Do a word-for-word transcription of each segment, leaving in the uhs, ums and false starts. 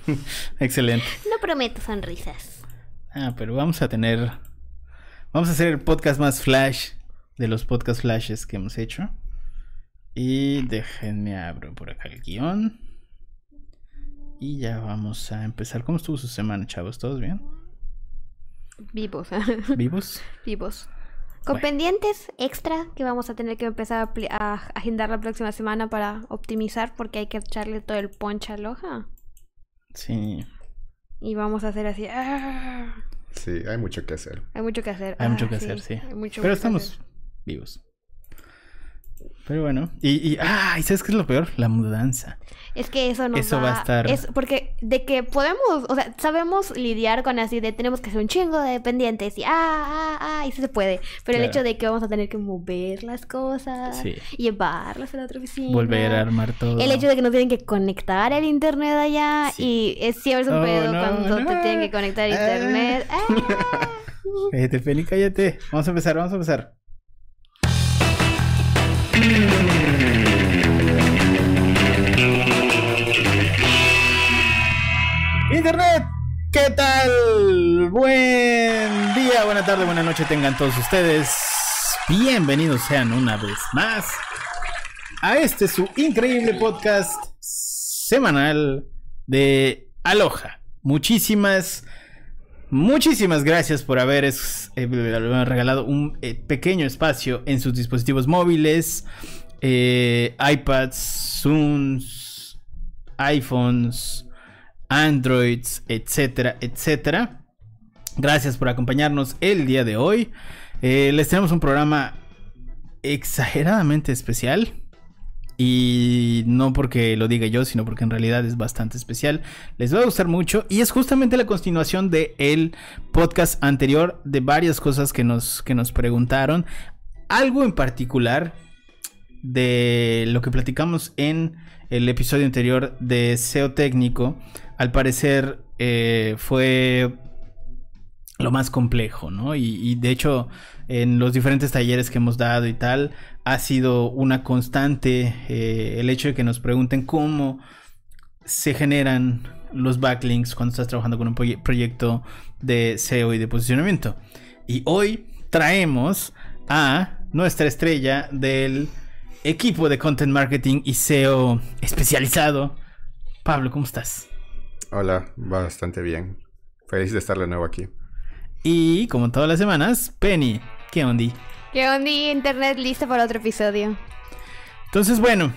Excelente. No prometo sonrisas. Ah, pero vamos a tener... Vamos a hacer el podcast más flash de los podcast flashes que hemos hecho. Y déjenme abro por acá el guión. Y ya vamos a empezar. ¿Cómo estuvo su semana, chavos? ¿Todos bien? Vivos. ¿Vivos? Vivos. Con Bueno. pendientes extra que vamos a tener que empezar a, pli- a agendar la próxima semana para optimizar, porque hay que echarle todo el punch al hoja. Sí. Y vamos a hacer así. ¡ah! Sí, hay mucho que hacer. Hay mucho que hacer. Hay mucho Ah, que hacer, sí. Hay mucho, Pero mucho que estamos hacer. vivos. Pero bueno. Y, y, ah, ¿y sabes qué es lo peor? La mudanza. Es que eso nos Eso va a estar- Es porque de que podemos, o sea, sabemos lidiar con así de tenemos que hacer un chingo de pendientes y ah, ah, ah, y sí se puede. Pero el Claro. hecho de que vamos a tener que mover las cosas, Sí. llevarlas a la otra oficina. Volver a armar todo. El hecho de que nos tienen que conectar el internet allá Sí. y es siempre un Oh, pedo no, cuando no. te tienen que conectar a Ah. internet. Ah. Cállate, Penny, cállate. Vamos a empezar, vamos a empezar. Internet, ¿qué tal? Buen día, buena tarde, buena noche tengan todos ustedes. Bienvenidos sean una vez más a este su increíble podcast semanal de Aloha. Muchísimas, muchísimas gracias por haber es- eh, regalado un eh, pequeño espacio en sus dispositivos móviles, eh, iPads, Zooms, iPhones, Androids, etcétera, etcétera. Gracias por acompañarnos el día de hoy. Eh, les tenemos un programa exageradamente especial. Y no porque lo diga yo, sino porque en realidad es bastante especial. Les va a gustar mucho. Y es justamente la continuación del podcast anterior, de varias cosas que nos, que nos preguntaron. Algo en particular de lo que platicamos en el episodio anterior de S E O técnico, al parecer eh, fue lo más complejo, ¿no? Y, y de hecho, en los diferentes talleres que hemos dado y tal, ha sido una constante eh, el hecho de que nos pregunten cómo se generan los backlinks cuando estás trabajando con un proye- proyecto de S E O y de posicionamiento. Y hoy traemos a nuestra estrella del equipo de Content Marketing y S E O especializado. Pablo, ¿cómo estás? Hola, bastante bien. Feliz de estar de nuevo aquí. Y como todas las semanas, Penny, ¿qué ondi? ¿Qué onda, internet? Listo para otro episodio. Entonces, bueno,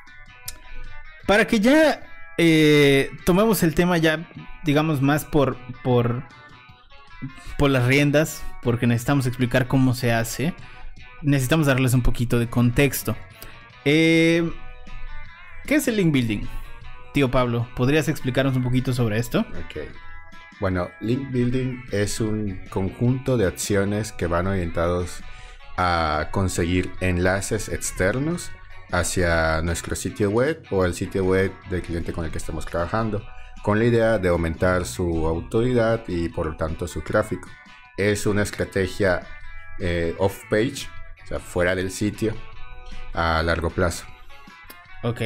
para que ya eh, tomemos el tema ya, digamos, más por, por, por las riendas, porque necesitamos explicar cómo se hace, necesitamos darles un poquito de contexto. Eh, ¿Qué es el link building? Tío Pablo, ¿podrías explicarnos un poquito sobre esto? Ok. Bueno, link building es un conjunto de acciones que van orientados a conseguir enlaces externos hacia nuestro sitio web o el sitio web del cliente con el que estamos trabajando, con la idea de aumentar su autoridad y por lo tanto su tráfico. Es una estrategia eh, off-page, o sea, fuera del sitio, a largo plazo. Ok.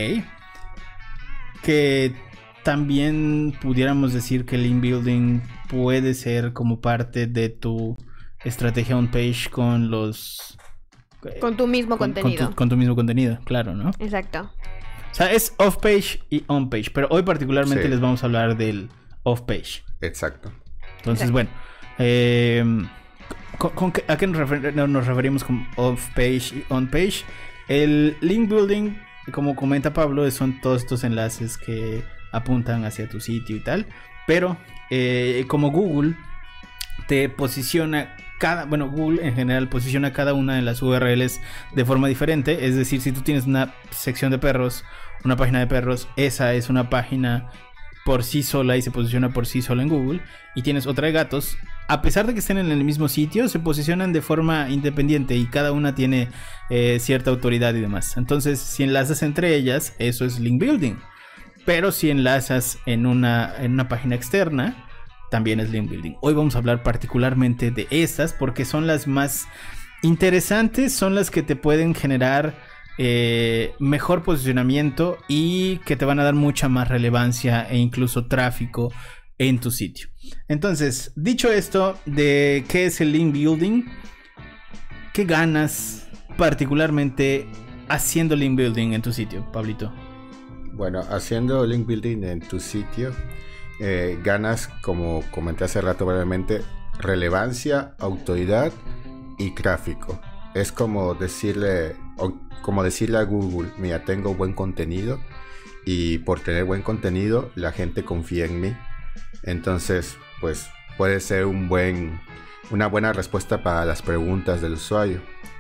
Que también pudiéramos decir que el link building puede ser como parte de tu estrategia on page con los... Con tu mismo con- con contenido. tu- con tu mismo contenido, claro, ¿no? Exacto. O sea, es off page y on page, pero hoy particularmente Sí. les vamos a hablar del off page. Exacto. Entonces, Exacto. bueno, eh, ¿con, con qué- ¿a qué nos, refer- no, nos referimos con off page y on page? El link building, como comenta Pablo, son todos estos enlaces que apuntan hacia tu sitio y tal, pero eh, como Google te posiciona cada, bueno, Google en general posiciona cada una de las U R Ls de forma diferente. Es decir, si tú tienes una sección de perros, una página de perros, esa es una página por sí sola y se posiciona por sí sola en Google. Y tienes otra de gatos, a pesar de que estén en el mismo sitio, se posicionan de forma independiente y cada una tiene eh, cierta autoridad y demás. Entonces, si enlazas entre ellas, eso es link building. Pero si enlazas en una, en una página externa, también es link building. Hoy vamos a hablar particularmente de estas porque son las más interesantes, son las que te pueden generar eh, mejor posicionamiento y que te van a dar mucha más relevancia e incluso tráfico en tu sitio. Entonces, dicho esto de qué es el link building, ¿qué ganas particularmente haciendo link building en tu sitio, Pablito? Bueno, haciendo link building en tu sitio, eh, ganas, como comenté hace rato brevemente, relevancia, autoridad y tráfico. Es como decirle, o, como decirle a Google, mira, tengo buen contenido y por tener buen contenido la gente confía en mí. Entonces, pues puede ser un buen, una buena respuesta para las preguntas del usuario.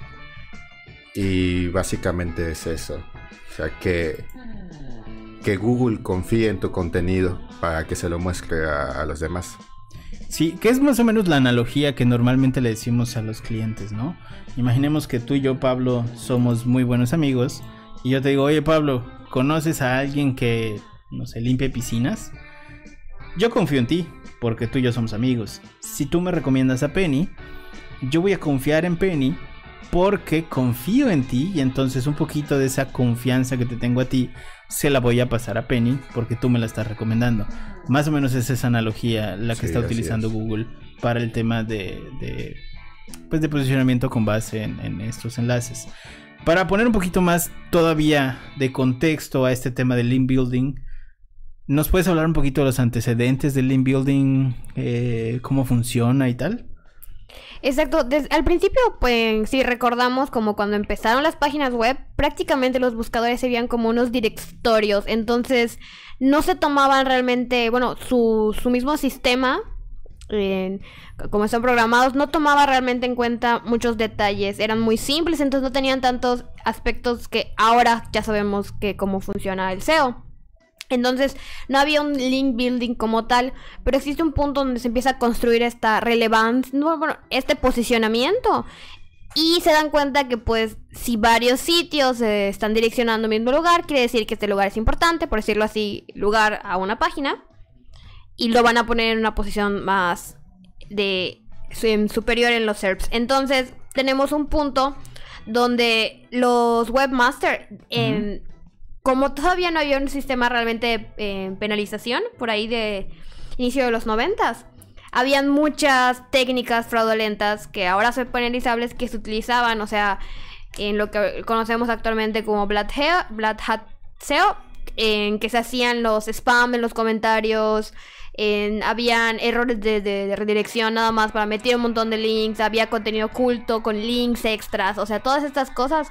Y básicamente es eso. O sea, que, que Google confíe en tu contenido para que se lo muestre a, a los demás. Sí, que es más o menos la analogía que normalmente le decimos a los clientes, ¿no? Imaginemos que tú y yo, Pablo, somos muy buenos amigos y yo te digo, oye, Pablo, ¿conoces a alguien que, no sé, limpie piscinas? Yo confío en ti, porque tú y yo somos amigos. Si tú me recomiendas a Penny, yo voy a confiar en Penny porque confío en ti y entonces un poquito de esa confianza que te tengo a ti se la voy a pasar a Penny porque tú me la estás recomendando. Más o menos es esa analogía la que sí, está utilizando es. Google para el tema de, de, pues de posicionamiento con base en, en estos enlaces. Para poner un poquito más todavía de contexto a este tema del link building, ¿nos puedes hablar un poquito de los antecedentes del link building? Eh, ¿Cómo funciona y tal? Exacto, desde, al principio, pues, si recordamos como cuando empezaron las páginas web, prácticamente los buscadores se veían como unos directorios, entonces no se tomaban realmente, bueno, su, su mismo sistema, eh, como están programados, no tomaba realmente en cuenta muchos detalles, eran muy simples, entonces no tenían tantos aspectos que ahora ya sabemos que cómo funciona el S E O. Entonces no había un link building como tal, pero existe un punto donde se empieza a construir esta relevancia, no, bueno, este posicionamiento. Y se dan cuenta que pues si varios sitios eh, están direccionando al mismo lugar, quiere decir que este lugar es importante, por decirlo así, lugar a una página. Y lo van a poner en una posición más de en, superior en los S E R Ps. Entonces tenemos un punto donde los webmasters... Eh, uh-huh. Como todavía no había un sistema realmente de eh, penalización, por ahí de inicio de los noventas, habían muchas técnicas fraudulentas que ahora son penalizables que se utilizaban, o sea, en lo que conocemos actualmente como Black Hat, Black Hat S E O, en que se hacían los spam en los comentarios, en, habían errores de, de, de redirección nada más para meter un montón de links, había contenido oculto con links extras, o sea, todas estas cosas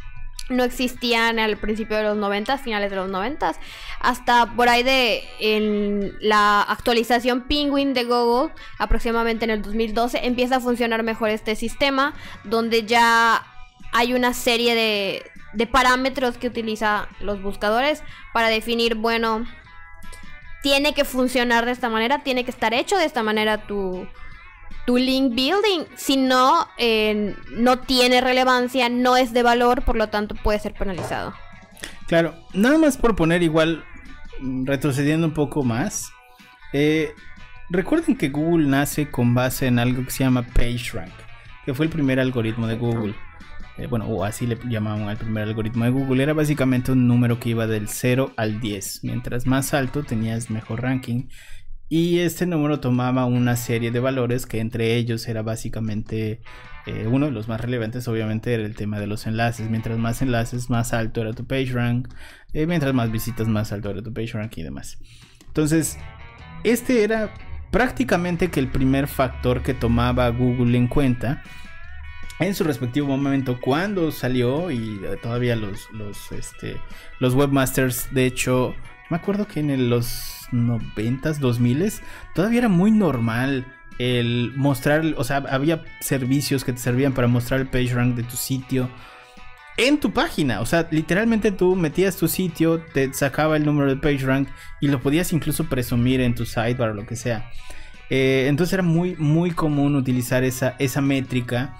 no existían al principio de los noventas, finales de los noventas, hasta por ahí de en la actualización Penguin de Google, aproximadamente en el dos mil doce, empieza a funcionar mejor este sistema, donde ya hay una serie de, de parámetros que utilizan los buscadores para definir, bueno, tiene que funcionar de esta manera, tiene que estar hecho de esta manera tu... tu link building, si no, eh, no tiene relevancia, no es de valor, por lo tanto puede ser penalizado. Claro, nada más por poner igual, retrocediendo un poco más, eh, recuerden que Google nace con base en algo que se llama PageRank, que fue el primer algoritmo de Google. Eh, bueno, o así le llamaban al primer algoritmo de Google. Era básicamente un número que iba del cero al diez. Mientras más alto tenías mejor ranking. Y este número tomaba una serie de valores que entre ellos era básicamente eh, uno de los más relevantes, obviamente era el tema de los enlaces. Mientras más enlaces, más alto era tu PageRank. Eh, mientras más visitas, más alto era tu PageRank y demás. Entonces, este era prácticamente que el primer factor que tomaba Google en cuenta en su respectivo momento cuando salió. Y todavía los, los, este, los webmasters, de hecho, me acuerdo que en el, los noventas, dos miles, todavía era muy normal el mostrar, o sea, había servicios que te servían para mostrar el PageRank de tu sitio en tu página. O sea, literalmente tú metías tu sitio, te sacaba el número de PageRank y lo podías incluso presumir en tu sidebar o lo que sea. Eh, entonces era muy, muy común utilizar esa, esa métrica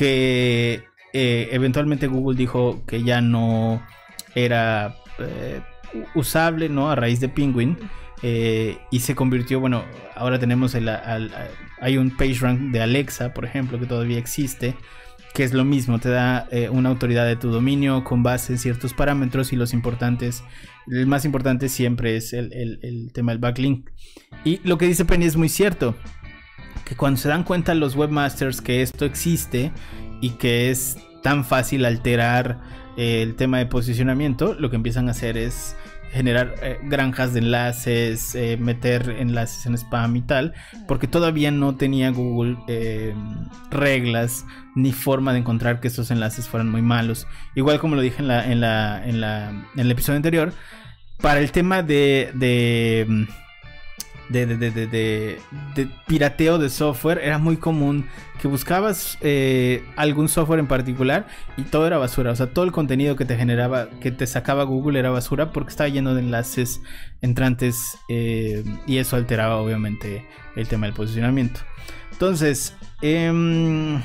que eh, eventualmente Google dijo que ya no era eh, usable, ¿no? A raíz de Penguin. Eh, y se convirtió, bueno, ahora tenemos el, al, al, hay un PageRank de Alexa, por ejemplo, que todavía existe, que es lo mismo, te da eh, una autoridad de tu dominio con base en ciertos parámetros, y los importantes, el más importante siempre es el, el, el tema del backlink. Y lo que dice Penny es muy cierto, que cuando se dan cuenta los webmasters que esto existe y que es tan fácil alterar eh, el tema de posicionamiento, lo que empiezan a hacer es generar eh, granjas de enlaces, eh, meter enlaces en spam y tal, porque todavía no tenía Google eh, reglas ni forma de encontrar que estos enlaces fueran muy malos. Igual como lo dije en la en la en la en el episodio anterior, para el tema de de de, de, de, de, de, de pirateo de software, era muy común que buscabas eh, algún software en particular y todo era basura. O sea, todo el contenido que te generaba, que te sacaba Google, era basura porque estaba lleno de enlaces entrantes, eh, y eso alteraba obviamente el tema del posicionamiento. Entonces, eh,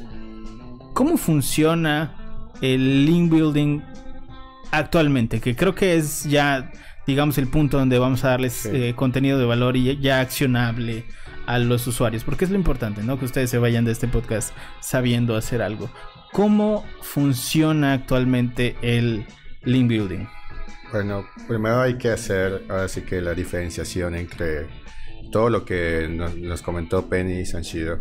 ¿cómo funciona el link building actualmente? Que creo que es ya, digamos, el punto donde vamos a darles sí. eh, contenido de valor y ya accionable a los usuarios, porque es lo importante, ¿no? Que ustedes se vayan de este podcast sabiendo hacer algo. ¿Cómo funciona actualmente el link building? Bueno, primero hay que hacer, ahora sí que la diferenciación entre todo lo que nos, nos comentó Penny y Sanshiro,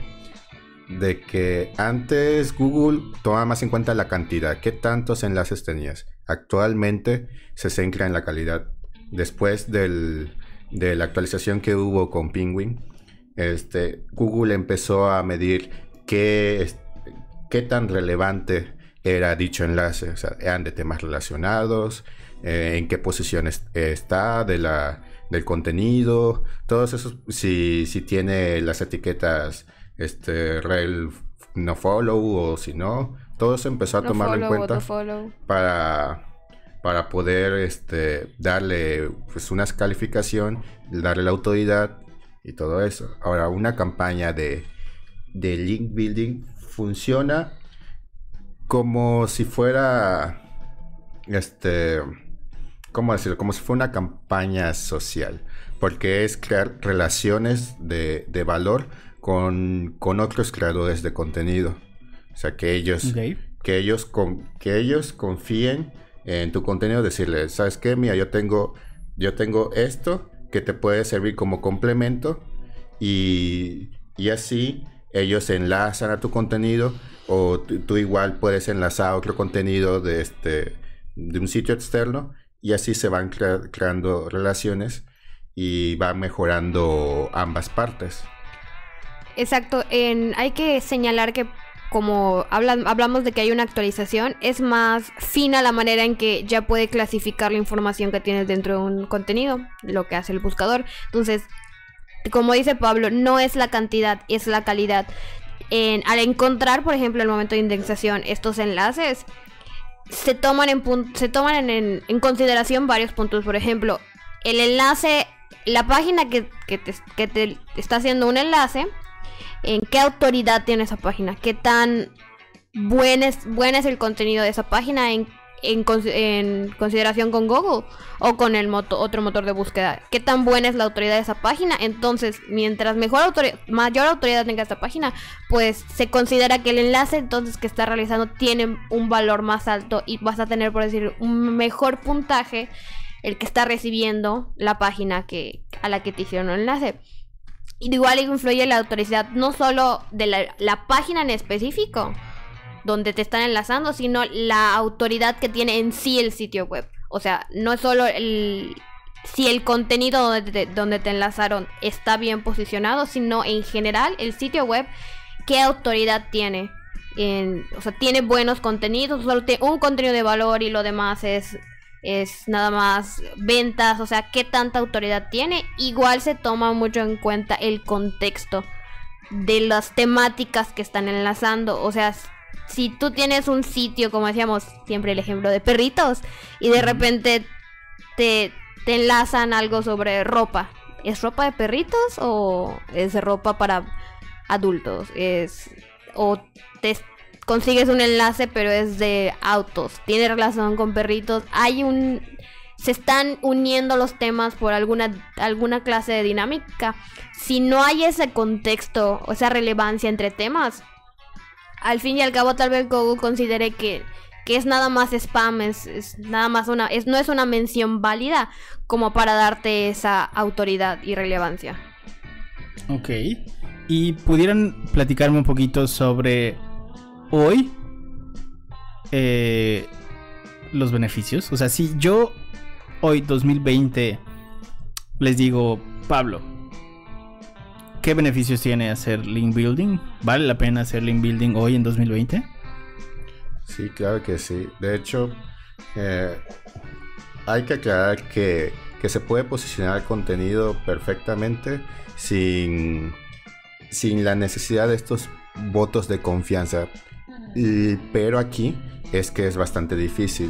de que antes Google tomaba más en cuenta la cantidad, qué tantos enlaces tenías. Actualmente se centra en la calidad. Después del, de la actualización que hubo con Penguin, este, Google empezó a medir qué, qué tan relevante era dicho enlace. O sea, eran de temas relacionados, eh, en qué posición es, está de la, del contenido, todos esos, si, si tiene las etiquetas este, rel no follow o si no, todo eso empezó a no tomarlo en cuenta para... para poder este, darle pues una calificación, darle la autoridad y todo eso. Ahora, una campaña de, de link building funciona como si fuera, este, ¿cómo decirlo? Como si fuera una campaña social, porque es crear relaciones de, de valor con, con otros creadores de contenido. O sea, que ellos, okay. que ellos, con, que ellos confíen en tu contenido, decirles, ¿sabes qué? Mira, yo tengo, yo tengo esto que te puede servir como complemento, y, y así ellos se enlazan a tu contenido, o tú, tú igual puedes enlazar a otro contenido de, este, de un sitio externo, y así se van crea- creando relaciones y van mejorando ambas partes. Exacto, en, hay que señalar que como hablan, hablamos de que hay una actualización, es más fina la manera en que ya puede clasificar la información que tienes dentro de un contenido, lo que hace el buscador. Entonces, como dice Pablo, no es la cantidad, es la calidad. En, al encontrar, por ejemplo, el momento de indexación, estos enlaces, se toman en, pun- se toman en, en, en consideración varios puntos. Por ejemplo, el enlace, la página que, que, te, que te está haciendo un enlace, en qué autoridad tiene esa página, qué tan buen es, buen es el contenido de esa página en, en, en consideración con Google o con el moto, otro motor de búsqueda, qué tan buena es la autoridad de esa página. Entonces, mientras mejor autoridad, mayor autoridad tenga esta página, pues se considera que el enlace entonces que está realizando tiene un valor más alto y vas a tener, por decir, un mejor puntaje el que está recibiendo la página que a la que te hicieron el enlace. Igual influye la autoridad no solo de la, la página en específico donde te están enlazando, sino la autoridad que tiene en sí el sitio web. O sea, no es solo el, si el contenido donde te, donde te enlazaron está bien posicionado, sino en general el sitio web, qué autoridad tiene. En, o sea, tiene buenos contenidos, solo tiene un contenido de valor y lo demás es... es nada más ventas, o sea, qué tanta autoridad tiene. Igual se toma mucho en cuenta el contexto de las temáticas que están enlazando. O sea, si tú tienes un sitio, como decíamos siempre el ejemplo de perritos, y de repente te, te enlazan algo sobre ropa, ¿es ropa de perritos o es ropa para adultos? Es o te consigues un enlace pero es de autos, tiene relación con perritos. Hay un... se están uniendo los temas por alguna, alguna clase de dinámica. Si no hay ese contexto o esa relevancia entre temas, al fin y al cabo tal vez Google considere que, que es nada más spam, es, es nada más una, es, no es una mención válida como para darte esa autoridad y relevancia. Ok. ¿Y pudieran platicarme un poquito sobre hoy eh, los beneficios? O sea, si yo hoy, dos mil veinte, les digo, Pablo, ¿qué beneficios tiene hacer link building? ¿Vale la pena hacer link building hoy en dos mil veinte? Sí, claro que sí. De hecho, eh, hay que aclarar que, que se puede posicionar contenido perfectamente sin, sin la necesidad de estos votos de confianza. Y, pero aquí es que es bastante difícil.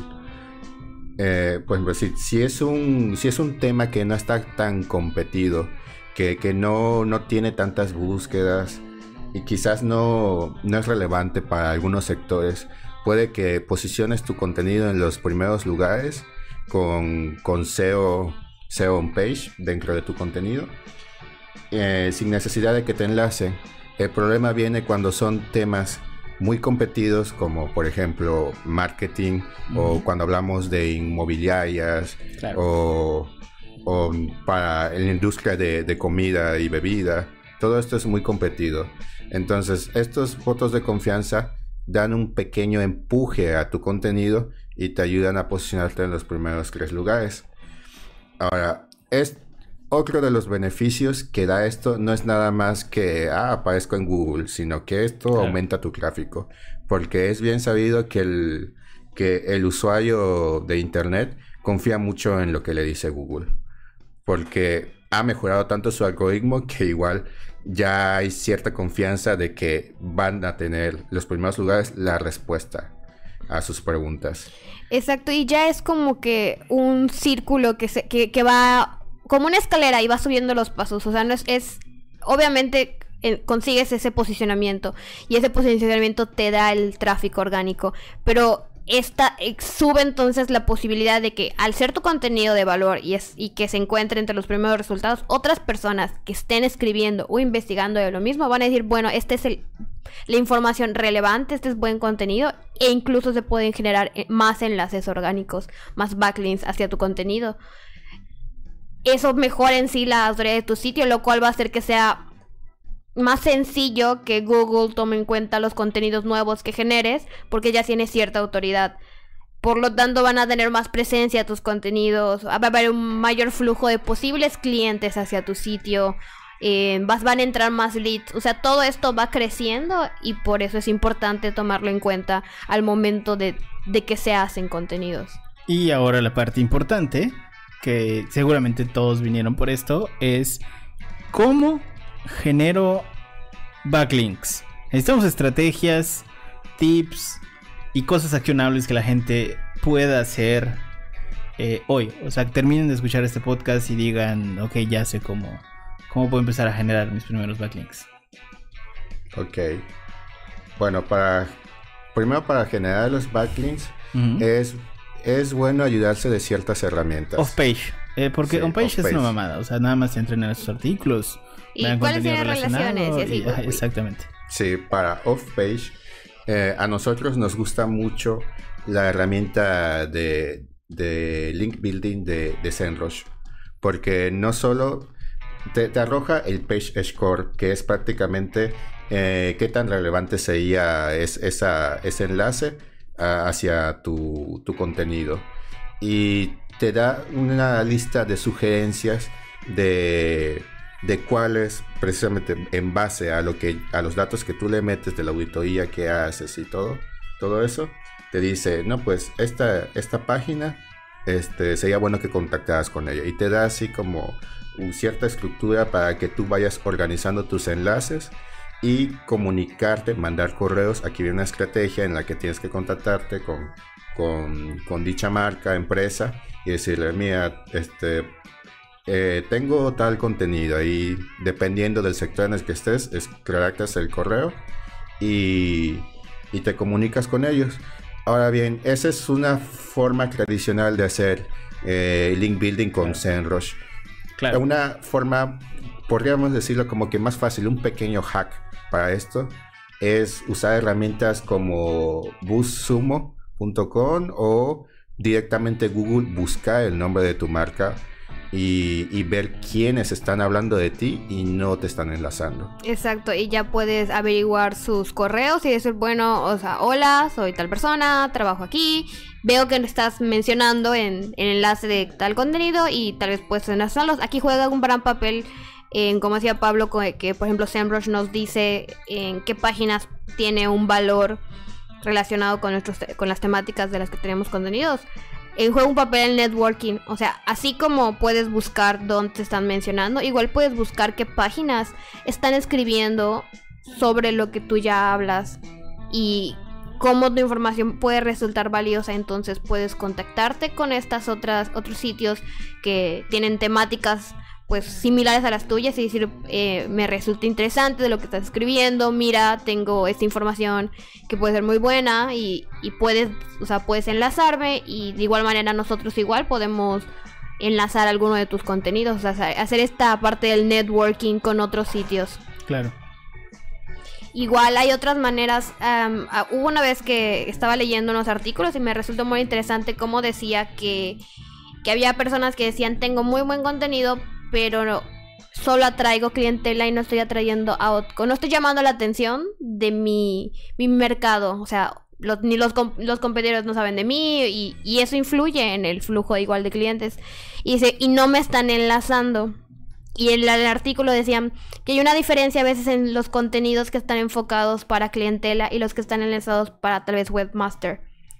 Eh, por ejemplo, si, si, es un, si es un tema que no está tan competido, que, que no, no tiene tantas búsquedas y quizás no, no es relevante para algunos sectores, puede que posiciones tu contenido en los primeros lugares con, con S E O, S E O on page dentro de tu contenido, eh, sin necesidad de que te enlace. El problema viene cuando son temas muy competidos, como por ejemplo marketing, uh-huh. o cuando hablamos de inmobiliarias, claro. o, o para la industria de, de comida y bebida. Todo esto es muy competido. Entonces estos votos de confianza dan un pequeño empuje a tu contenido y te ayudan a posicionarte en los primeros tres lugares. Ahora, es otro de los beneficios que da esto no es nada más que ah, aparezco en Google, sino que esto claro. aumenta tu tráfico, porque es bien sabido que el, que el usuario de internet confía mucho en lo que le dice Google, porque ha mejorado tanto su algoritmo que igual ya hay cierta confianza de que van a tener los primeros lugares la respuesta a sus preguntas. Exacto, y ya es como que un círculo que, se, que, que va como una escalera y va subiendo los pasos. O sea, no es, es obviamente eh, consigues ese posicionamiento y ese posicionamiento te da el tráfico orgánico, pero esta eh, sube entonces la posibilidad de que al ser tu contenido de valor y, es, y que se encuentre entre los primeros resultados, otras personas que estén escribiendo o investigando de lo mismo van a decir, bueno, esta es el, la información relevante, este es buen contenido, e incluso se pueden generar más enlaces orgánicos, más backlinks hacia tu contenido. Eso mejora en sí la autoridad de tu sitio, lo cual va a hacer que sea más sencillo que Google tome en cuenta los contenidos nuevos que generes, porque ya tienes cierta autoridad. Por lo tanto, van a tener más presencia tus contenidos, va a haber un mayor flujo de posibles clientes hacia tu sitio, eh, vas, van a entrar más leads. O sea, todo esto va creciendo y por eso es importante tomarlo en cuenta al momento de, de que se hacen contenidos. Y ahora la parte importante, que seguramente todos vinieron por esto, es cómo genero backlinks. Necesitamos estrategias, tips y cosas accionables que la gente pueda hacer eh, hoy. O sea, que terminen de escuchar este podcast y digan, ok, ya sé cómo, cómo puedo empezar a generar mis primeros backlinks. Ok. Bueno, para primero para generar los backlinks, uh-huh. es Es bueno ayudarse de ciertas herramientas. Off-page. Eh, porque sí, on-page es una mamada. O sea, nada más entren en esos artículos. ¿Y cuáles tienen relaciones? Y así, y, ah, exactamente. Sí, para off-page, eh, a nosotros nos gusta mucho la herramienta de, de link building de, de SEMrush. Porque no solo te, te arroja el page score, que es prácticamente eh, qué tan relevante sería es, esa, ese enlace hacia tu, tu contenido, y te da una lista de sugerencias de, de cuáles, precisamente en base a lo que a los datos que tú le metes de la auditoría que haces y todo todo eso, te dice, no, pues esta, esta página este, sería bueno que contactaras con ella, y te da así como cierta estructura para que tú vayas organizando tus enlaces y comunicarte, mandar correos. Aquí viene una estrategia en la que tienes que contactarte con, con, con dicha marca, empresa, y decirle, mira, este, eh, tengo tal contenido, y dependiendo del sector en el que estés, es, redactas el correo y, y te comunicas con ellos. Ahora bien, esa es una forma tradicional de hacer eh, link building con claro. SEMrush. Claro. Una forma, podríamos decirlo como que más fácil, un pequeño hack para esto, es usar herramientas como BuzzSumo punto com o directamente Google, buscar el nombre de tu marca y, y ver quiénes están hablando de ti y no te están enlazando. Exacto, y ya puedes averiguar sus correos y decir, bueno, o sea, hola, soy tal persona, trabajo aquí, veo que estás mencionando en el enlace de tal contenido y tal vez puedes enlazarlos. Aquí juega un gran papel en, como decía Pablo, que por ejemplo SEMrush nos dice en qué páginas tiene un valor relacionado con nuestros con las temáticas de las que tenemos contenidos. Eh, juega un papel el networking, o sea, así como puedes buscar dónde te están mencionando, igual puedes buscar qué páginas están escribiendo sobre lo que tú ya hablas y cómo tu información puede resultar valiosa. Entonces puedes contactarte con estas otras otros sitios que tienen temáticas pues similares a las tuyas y decir, eh, me resulta interesante de lo que estás escribiendo, mira, tengo esta información que puede ser muy buena y, y puedes, o sea, puedes enlazarme y de igual manera nosotros igual podemos enlazar alguno de tus contenidos, o sea, hacer esta parte del networking con otros sitios. Claro. Igual hay otras maneras. Um, uh, hubo una vez que estaba leyendo unos artículos y me resultó muy interesante cómo decía que, que había personas que decían, tengo muy buen contenido, pero no, solo atraigo clientela y no estoy atrayendo a otro, no estoy llamando la atención de mi, mi mercado, o sea, los, ni los, los competidores no saben de mí y, y eso influye en el flujo igual de clientes y, dice, y no me están enlazando. Y en el artículo decían que hay una diferencia a veces en los contenidos que están enfocados para clientela y los que están enlazados para tal vez webmaster,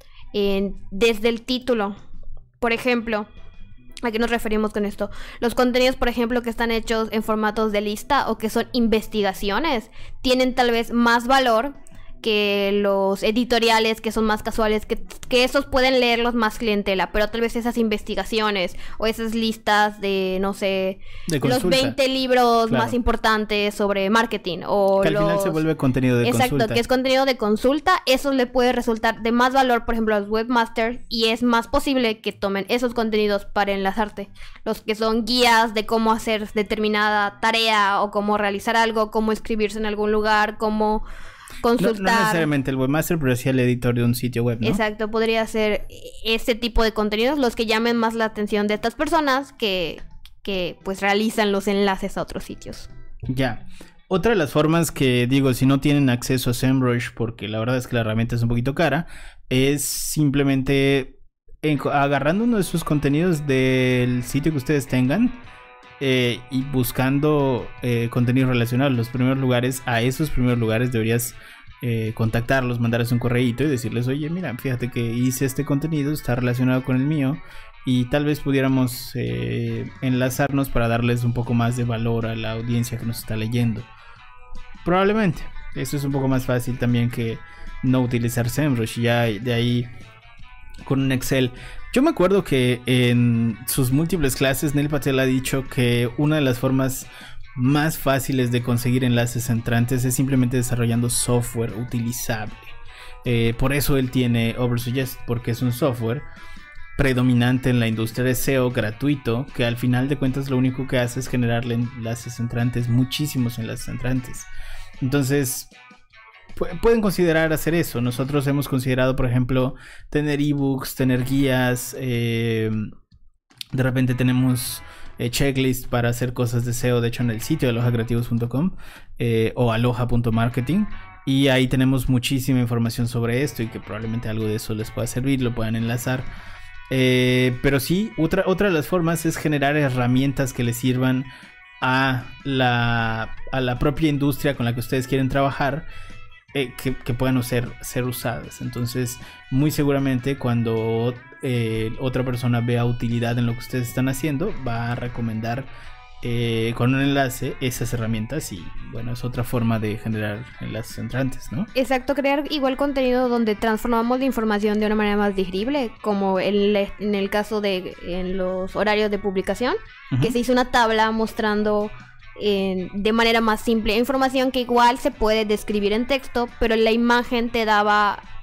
en, desde el título. Por ejemplo, ¿a qué nos referimos con esto? Los contenidos, por ejemplo, que están hechos en formatos de lista o que son investigaciones, tienen tal vez más valor que los editoriales que son más casuales, que, que esos pueden leerlos más clientela, pero tal vez esas investigaciones o esas listas de, no sé, de los veinte libros claro. más importantes sobre marketing o que al los... final se vuelve contenido de Exacto, consulta. que es contenido de consulta, eso le puede resultar de más valor, por ejemplo, a los webmasters y es más posible que tomen esos contenidos para enlazarte. Los que son guías de cómo hacer determinada tarea o cómo realizar algo, cómo inscribirse en algún lugar, cómo... consultar. No, no necesariamente el webmaster, pero sí el editor de un sitio web, ¿no? Exacto, podría ser ese tipo de contenidos los que llamen más la atención de estas personas que, que pues realizan los enlaces a otros sitios. Ya. Otra de las formas que digo, si no tienen acceso a SEMrush, porque la verdad es que la herramienta es un poquito cara, es simplemente en, agarrando uno de sus contenidos del sitio que ustedes tengan eh, y buscando eh, contenido relacionado. Los primeros lugares, a esos primeros lugares deberías eh, contactarlos, mandarles un correíto y decirles, oye, mira, fíjate que hice este contenido, está relacionado con el mío y tal vez pudiéramos eh, enlazarnos para darles un poco más de valor a la audiencia que nos está leyendo. Probablemente. Eso es un poco más fácil también que no utilizar SEMrush. Ya de ahí con un Excel. Yo me acuerdo que en sus múltiples clases Neil Patel ha dicho que una de las formas más fáciles de conseguir enlaces entrantes es simplemente desarrollando software utilizable. Eh, por eso él tiene Oversuggest, porque es un software predominante en la industria de S E O gratuito, que al final de cuentas lo único que hace es generarle enlaces entrantes, muchísimos enlaces entrantes. Entonces pu- pueden considerar hacer eso. Nosotros hemos considerado, por ejemplo, tener ebooks, tener guías, eh, de repente tenemos eh, checklist para hacer cosas de S E O, de hecho en el sitio de aloha creativos punto com eh, o aloha punto marketing, y ahí tenemos muchísima información sobre esto y que probablemente algo de eso les pueda servir, lo puedan enlazar. Eh, pero sí, otra, otra de las formas es generar herramientas que les sirvan a la, a la propia industria con la que ustedes quieren trabajar, eh, que, que puedan ser, ser usadas. Entonces, muy seguramente cuando eh, otra persona vea utilidad en lo que ustedes están haciendo, va a recomendar eh, con un enlace esas herramientas y bueno, es otra forma de generar enlaces entrantes, ¿no? Exacto, crear igual contenido donde transformamos la información de una manera más digerible, como en, le, en el caso de en los horarios de publicación, uh-huh. que se hizo una tabla mostrando eh, de manera más simple información que igual se puede describir en texto, pero la imagen te daba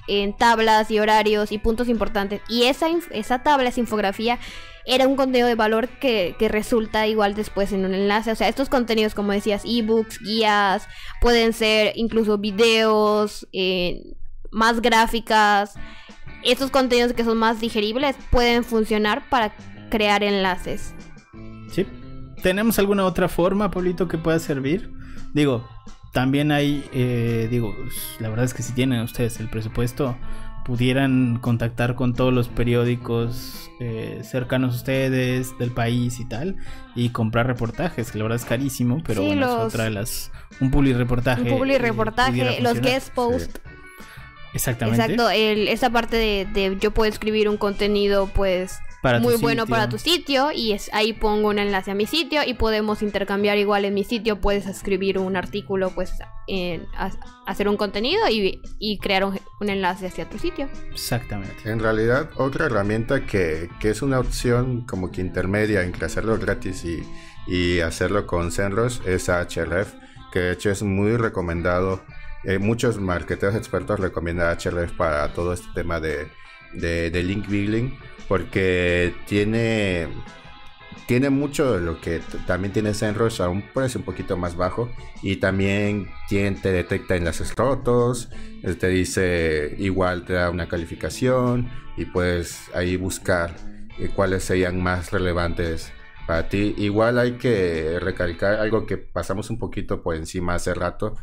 en tablas y horarios y puntos importantes. Y esa, esa tabla, esa infografía, era un contenido de valor que, que resulta igual después en un enlace. O sea, estos contenidos, como decías, ebooks, guías, pueden ser incluso videos, eh, más gráficas. Estos contenidos que son más digeribles pueden funcionar para crear enlaces. Sí. ¿Tenemos alguna otra forma, Pablito, que pueda servir? Digo, también hay, eh, digo, la verdad es que si tienen ustedes el presupuesto, pudieran contactar con todos los periódicos eh, cercanos a ustedes, del país y tal, y comprar reportajes, que la verdad es carísimo, pero sí, bueno, los... es otra de las... Un public reportaje. Un public reportaje, eh, los guest post. Sí. Exactamente. Exacto, el, esa parte de, de yo puedo escribir un contenido pues para muy tu bueno sitio. para tu sitio y es, ahí pongo un enlace a mi sitio y podemos intercambiar igual en mi sitio, puedes escribir un artículo, pues en, a, hacer un contenido y, y crear un, un enlace hacia tu sitio. Exactamente. En realidad, otra herramienta que, que es una opción como que intermedia entre hacerlo gratis y, y hacerlo con Zenros es Ahrefs, que de hecho es muy recomendado. Eh, muchos marketeros expertos recomiendan Ahrefs para todo este tema de, de, de link building, porque tiene, tiene mucho de lo que t- también tiene Zenros a un precio un poquito más bajo, y también tiene, te detecta enlaces rotos, eh, te dice, igual te da una calificación y puedes ahí buscar eh, cuáles serían más relevantes para ti. Igual hay que recalcar algo que pasamos un poquito por encima hace rato,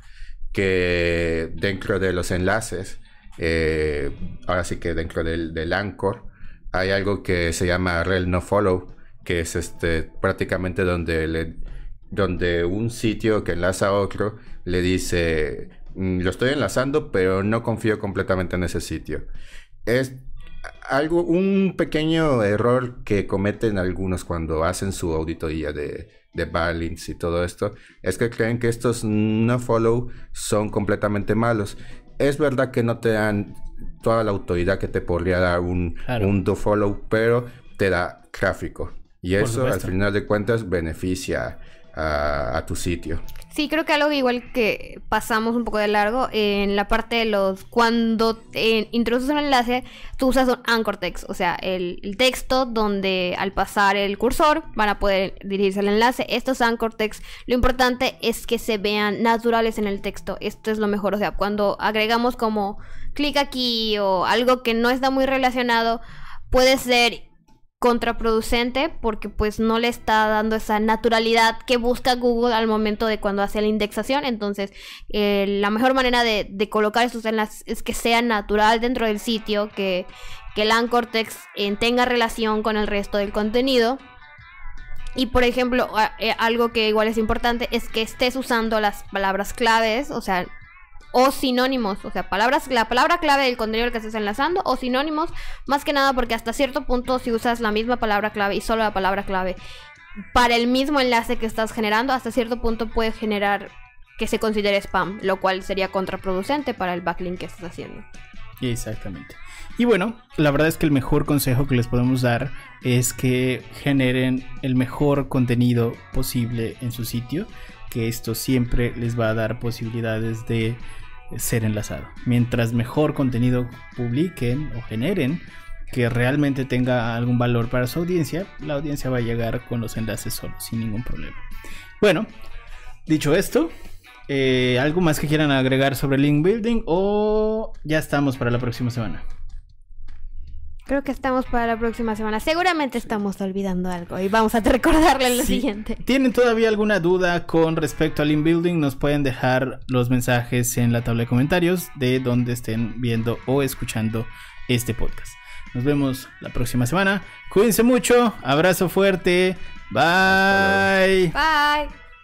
que dentro de los enlaces, eh, ahora sí que dentro del, del Anchor, hay algo que se llama rel no follow, que es este prácticamente donde, le, donde un sitio que enlaza a otro le dice, lo estoy enlazando, pero no confío completamente en ese sitio. Es algo, un pequeño error que cometen algunos cuando hacen su auditoría de de backlinks y todo esto, es que creen que estos no follow son completamente malos. Es verdad que no te dan toda la autoridad que te podría dar un, claro. un do follow, pero te da tráfico y Por eso supuesto. al final de cuentas beneficia a, a tu sitio. Sí, creo que algo igual que pasamos un poco de largo en la parte de los... Cuando eh, introduces un enlace, tú usas un anchor text, o sea, el, el texto donde al pasar el cursor van a poder dirigirse al enlace. Estos anchor text, lo importante es que se vean naturales en el texto. Esto es lo mejor, o sea, cuando agregamos como clic aquí o algo que no está muy relacionado, puede ser contraproducente porque pues no le está dando esa naturalidad que busca Google al momento de cuando hace la indexación. Entonces eh, la mejor manera de, de colocar estos enlaces es que sea natural dentro del sitio, que, que el anchor text eh, tenga relación con el resto del contenido. Y por ejemplo, eh, algo que igual es importante es que estés usando las palabras claves, o sea, o sinónimos, o sea, palabras, la palabra clave del contenido que estés enlazando, o sinónimos, más que nada porque hasta cierto punto si usas la misma palabra clave y solo la palabra clave para el mismo enlace que estás generando, hasta cierto punto puede generar que se considere spam, lo cual sería contraproducente para el backlink que estás haciendo. Exactamente. Y bueno, la verdad es que el mejor consejo que les podemos dar es que generen el mejor contenido posible en su sitio, que esto siempre les va a dar posibilidades de ser enlazado. Mientras mejor contenido publiquen o generen que realmente tenga algún valor para su audiencia, la audiencia va a llegar con los enlaces solos sin ningún problema. Bueno, dicho esto, eh, ¿algo más que quieran agregar sobre link building o ya estamos para la próxima semana? Creo que estamos para la próxima semana. Seguramente estamos olvidando algo y vamos a recordarle en lo Sí. siguiente. ¿Tienen todavía alguna duda con respecto al link building? Nos pueden dejar los mensajes en la tabla de comentarios de donde estén viendo o escuchando este podcast. Nos vemos la próxima semana. Cuídense mucho. Abrazo fuerte. Bye. Bye.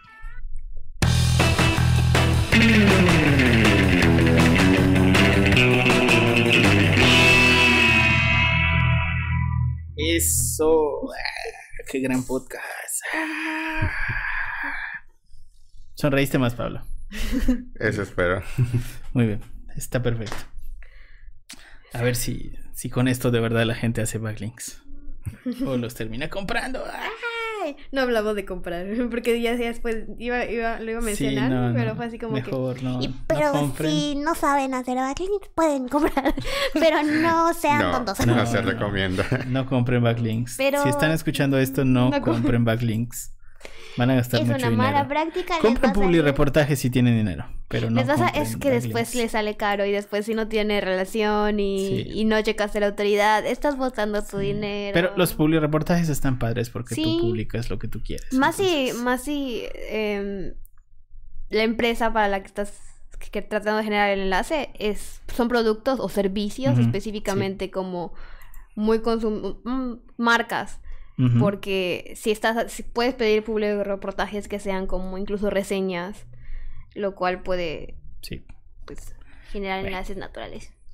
Eso. Ah, qué gran podcast. Ah. Sonreíste más, Pablo. Eso espero. Muy bien. Está perfecto. A ver si, si con esto de verdad la gente hace backlinks. O los termina comprando. ¡Ay! Ay, no hablamos de comprar, porque ya después iba, iba, lo iba a mencionar, Sí, no, pero no, fue así como mejor que... no, Y, no pero compren. si no saben hacer backlinks, pueden comprar. Pero no sean No, tontos. no, No, se no. recomienda. No compren backlinks. Pero- Si están escuchando esto, no, No com- compren backlinks. Van a gastar Es mucho una mala dinero. práctica. les Compren va a salir- publireportajes si tienen dinero, pero no Les vas a- compren es que después backlinks. le sale caro y después si no tiene relación y, Sí. y no checaste la autoridad, estás botando tu dinero. Pero los publireportajes están padres porque Sí. tú publicas lo que tú quieres. Más si, entonces- más si em, la empresa para la que estás que- que tratando de generar el enlace es son productos o servicios Ujú, específicamente como muy consum mm, marcas. Ujú. Porque si estás si puedes pedir public reportajes que sean como incluso reseñas, lo cual puede Sí. pues generar Bueno. enlaces naturales.